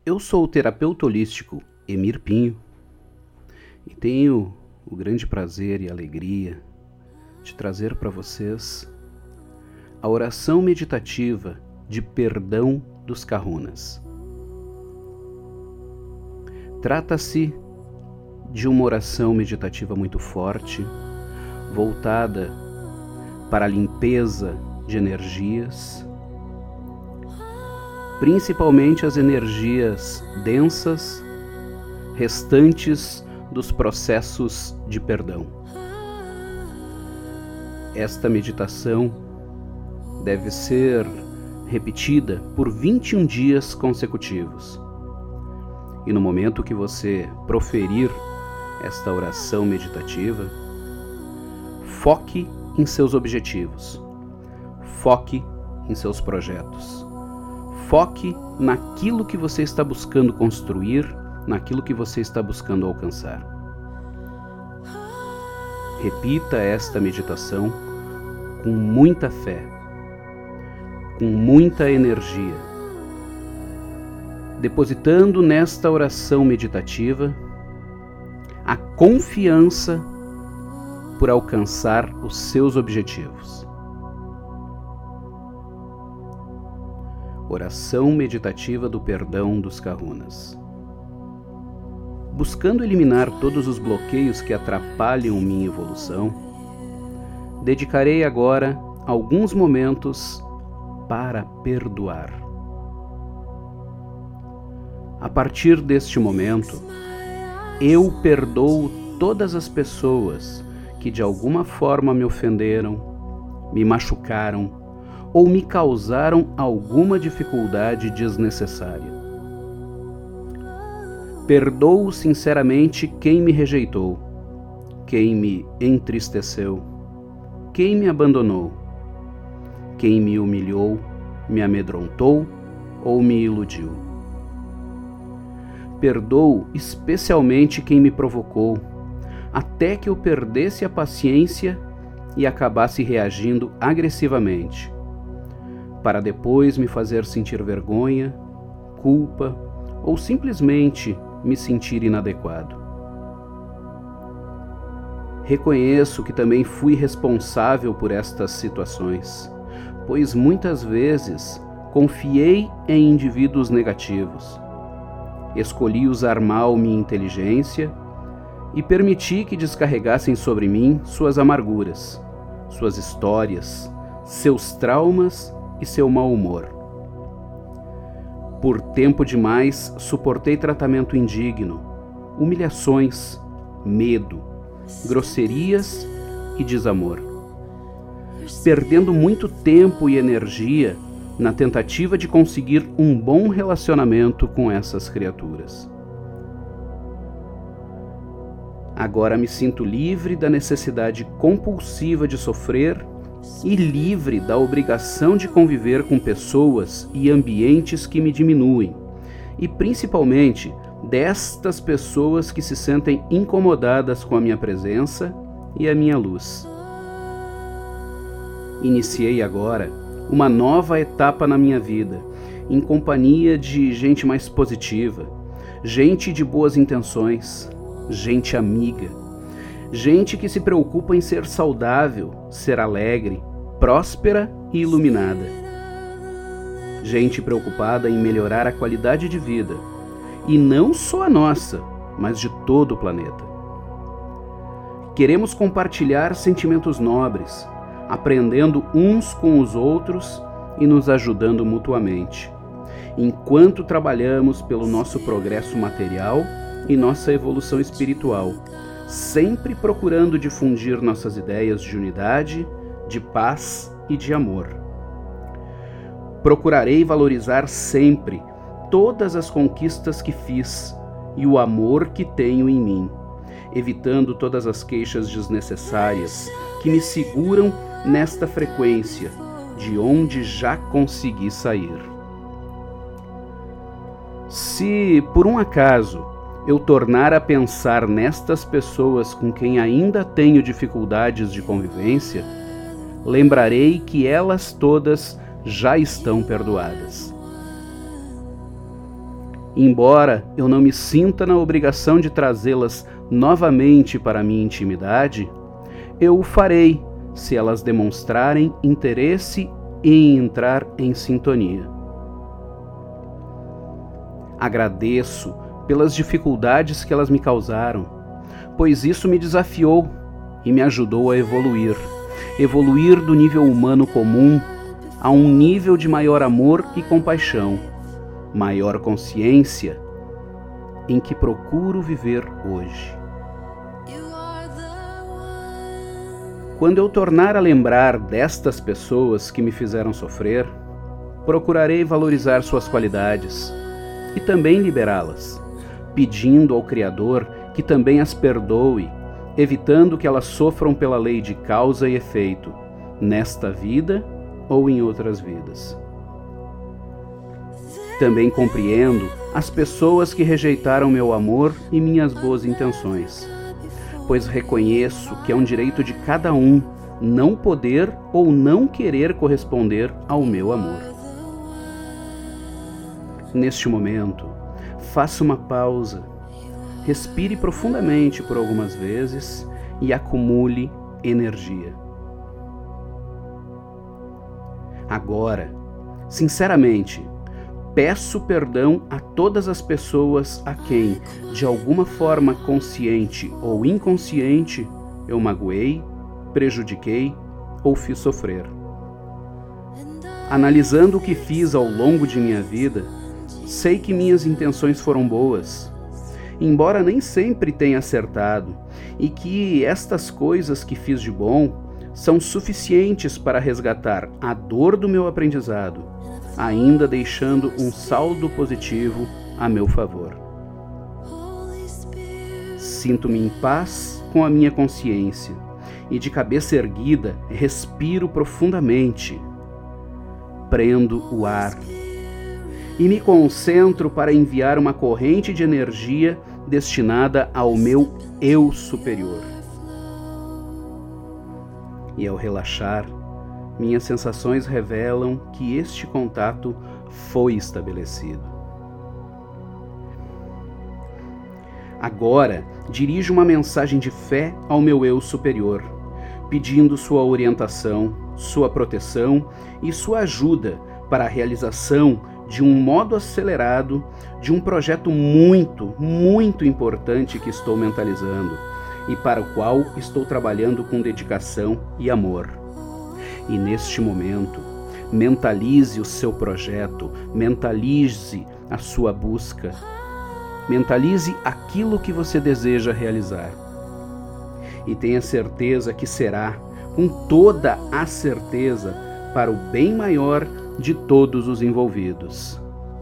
Eu sou o terapeuta holístico Emir Pinho e tenho o grande prazer e alegria de trazer para vocês a oração meditativa de perdão dos Kahunas. Trata-se de uma oração meditativa muito forte, voltada para a limpeza de energias, principalmente as energias densas, restantes dos processos de perdão. Esta meditação deve ser repetida por 21 dias consecutivos. E no momento que você proferir esta oração meditativa, foque em seus objetivos, foque em seus projetos, foque naquilo que você está buscando construir, naquilo que você está buscando alcançar. Repita esta meditação com muita fé, com muita energia, depositando nesta oração meditativa a confiança por alcançar os seus objetivos. Oração meditativa do perdão dos Kahunas. Buscando eliminar todos os bloqueios que atrapalham minha evolução, dedicarei agora alguns momentos para perdoar. A partir deste momento, eu perdoo todas as pessoas que de alguma forma me ofenderam, me machucaram ou me causaram alguma dificuldade desnecessária. Perdoo sinceramente quem me rejeitou, quem me entristeceu, quem me abandonou, quem me humilhou, me amedrontou ou me iludiu. Perdoo especialmente quem me provocou, até que eu perdesse a paciência e acabasse reagindo agressivamente, para depois me fazer sentir vergonha, culpa ou simplesmente me sentir inadequado. Reconheço que também fui responsável por estas situações, pois muitas vezes confiei em indivíduos negativos. Escolhi usar mal minha inteligência e permiti que descarregassem sobre mim suas amarguras, suas histórias, seus traumas e seu mau humor. Por tempo demais suportei tratamento indigno, humilhações, medo, grosserias e desamor, perdendo muito tempo e energia na tentativa de conseguir um bom relacionamento com essas criaturas. Agora me sinto livre da necessidade compulsiva de sofrer e livre da obrigação de conviver com pessoas e ambientes que me diminuem, e principalmente destas pessoas que se sentem incomodadas com a minha presença e a minha luz. Iniciei agora uma nova etapa na minha vida, em companhia de gente mais positiva, gente de boas intenções, gente amiga, gente que se preocupa em ser saudável, ser alegre, próspera e iluminada. Gente preocupada em melhorar a qualidade de vida, e não só a nossa, mas de todo o planeta. Queremos compartilhar sentimentos nobres, aprendendo uns com os outros e nos ajudando mutuamente, enquanto trabalhamos pelo nosso progresso material e nossa evolução espiritual, sempre procurando difundir nossas ideias de unidade, de paz e de amor. Procurarei valorizar sempre todas as conquistas que fiz e o amor que tenho em mim, evitando todas as queixas desnecessárias que me seguram nesta frequência, de onde já consegui sair. Se, por um acaso, eu tornar a pensar nestas pessoas com quem ainda tenho dificuldades de convivência, lembrarei que elas todas já estão perdoadas. embora eu não me sinta na obrigação de trazê-las novamente para a minha intimidade, eu o farei se elas demonstrarem interesse em entrar em sintonia. Agradeço pelas dificuldades que elas me causaram, pois isso me desafiou e me ajudou a evoluir do nível humano comum a um nível de maior amor e compaixão, maior consciência em que procuro viver hoje. Quando eu tornar a lembrar destas pessoas que me fizeram sofrer, procurarei valorizar suas qualidades e também liberá-las, pedindo ao Criador que também as perdoe, evitando que elas sofram pela lei de causa e efeito, nesta vida ou em outras vidas. Também compreendo as pessoas que rejeitaram meu amor e minhas boas intenções, pois reconheço que é um direito de cada um não poder ou não querer corresponder ao meu amor. Neste momento, faça uma pausa, respire profundamente por algumas vezes e acumule energia. Agora, sinceramente, peço perdão a todas as pessoas a quem, de alguma forma consciente ou inconsciente, eu magoei, prejudiquei ou fiz sofrer. Analisando o que fiz ao longo de minha vida, sei que minhas intenções foram boas, embora nem sempre tenha acertado, e que estas coisas que fiz de bom são suficientes para resgatar a dor do meu aprendizado, ainda deixando um saldo positivo a meu favor. Sinto-me em paz com a minha consciência e, de cabeça erguida, respiro profundamente, prendo o ar e me concentro para enviar uma corrente de energia destinada ao meu eu superior. E ao relaxar, minhas sensações revelam que este contato foi estabelecido. Agora, dirijo uma mensagem de fé ao meu eu superior, pedindo sua orientação, sua proteção e sua ajuda para a realização de um modo acelerado de um projeto muito, muito importante que estou mentalizando e para o qual estou trabalhando com dedicação e amor. E neste momento, mentalize o seu projeto, mentalize a sua busca, mentalize aquilo que você deseja realizar. E tenha certeza que será, com toda a certeza, para o bem maior de todos os envolvidos.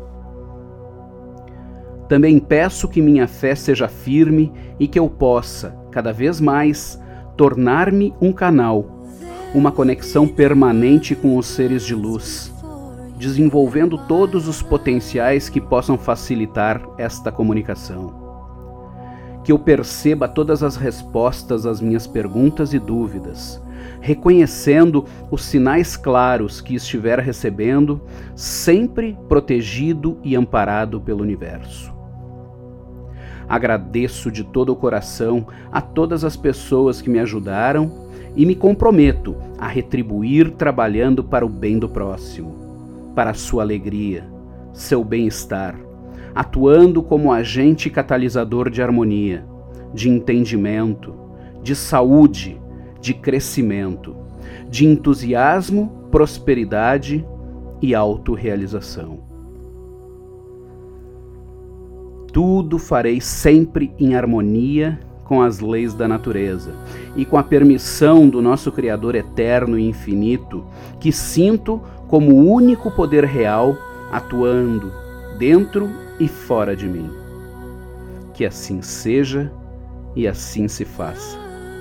Também peço que minha fé seja firme e que eu possa, cada vez mais, tornar-me um canal, uma conexão permanente com os seres de luz, desenvolvendo todos os potenciais que possam facilitar esta comunicação. Que eu perceba todas as respostas às minhas perguntas e dúvidas, reconhecendo os sinais claros que estiver recebendo, sempre protegido e amparado pelo universo. Agradeço de todo o coração a todas as pessoas que me ajudaram e me comprometo a retribuir trabalhando para o bem do próximo, para a sua alegria, seu bem-estar, atuando como agente catalisador de harmonia, de entendimento, de saúde, de crescimento, de entusiasmo, prosperidade e autorrealização. Tudo farei sempre em harmonia com as leis da natureza e com a permissão do nosso Criador eterno e infinito, que sinto como o único poder real atuando dentro e fora de mim. Que assim seja e assim se faça.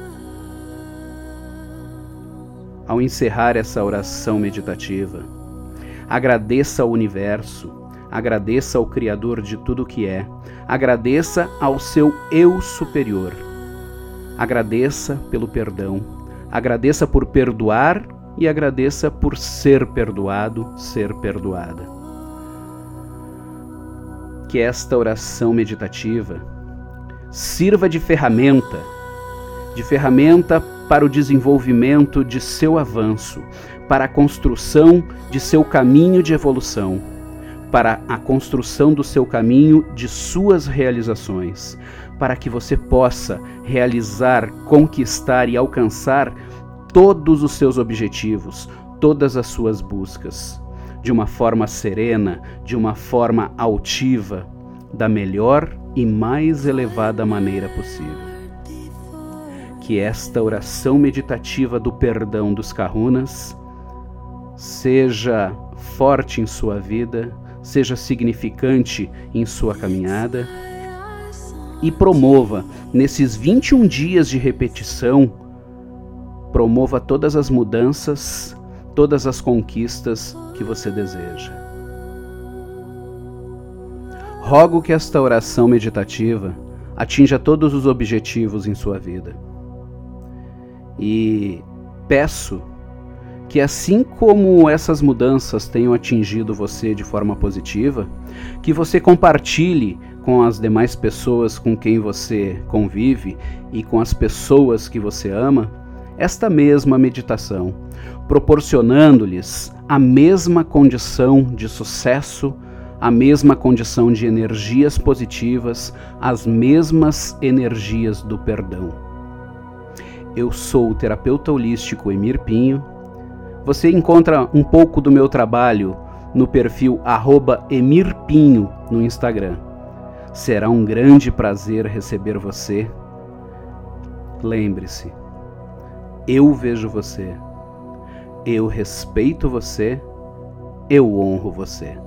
Ao encerrar essa oração meditativa, agradeça ao universo, agradeça ao Criador de tudo que é, agradeça ao seu eu superior, agradeça pelo perdão, agradeça por perdoar e agradeça por ser perdoado, ser perdoada. que esta oração meditativa sirva de ferramenta para o desenvolvimento de seu avanço, para a construção de seu caminho de evolução, para a construção do seu caminho de suas realizações, para que você possa realizar, conquistar e alcançar todos os seus objetivos, todas as suas buscas, de uma forma serena, de uma forma altiva, da melhor e mais elevada maneira possível. Que esta oração meditativa do perdão dos Kahunas seja forte em sua vida, seja significante em sua caminhada e promova, nesses 21 dias de repetição, promova todas as mudanças, todas as conquistas que você deseja. Rogo que esta oração meditativa atinja todos os objetivos em sua vida. E peço que, assim como essas mudanças tenham atingido você de forma positiva, que você compartilhe com as demais pessoas com quem você convive e com as pessoas que você ama esta mesma meditação, proporcionando-lhes a mesma condição de sucesso, a mesma condição de energias positivas, as mesmas energias do perdão. Eu sou o terapeuta holístico Emir Pinho. Você encontra um pouco do meu trabalho no perfil @emirpinho no Instagram. Será um grande prazer receber você. Lembre-se, eu vejo você, eu respeito você, eu honro você.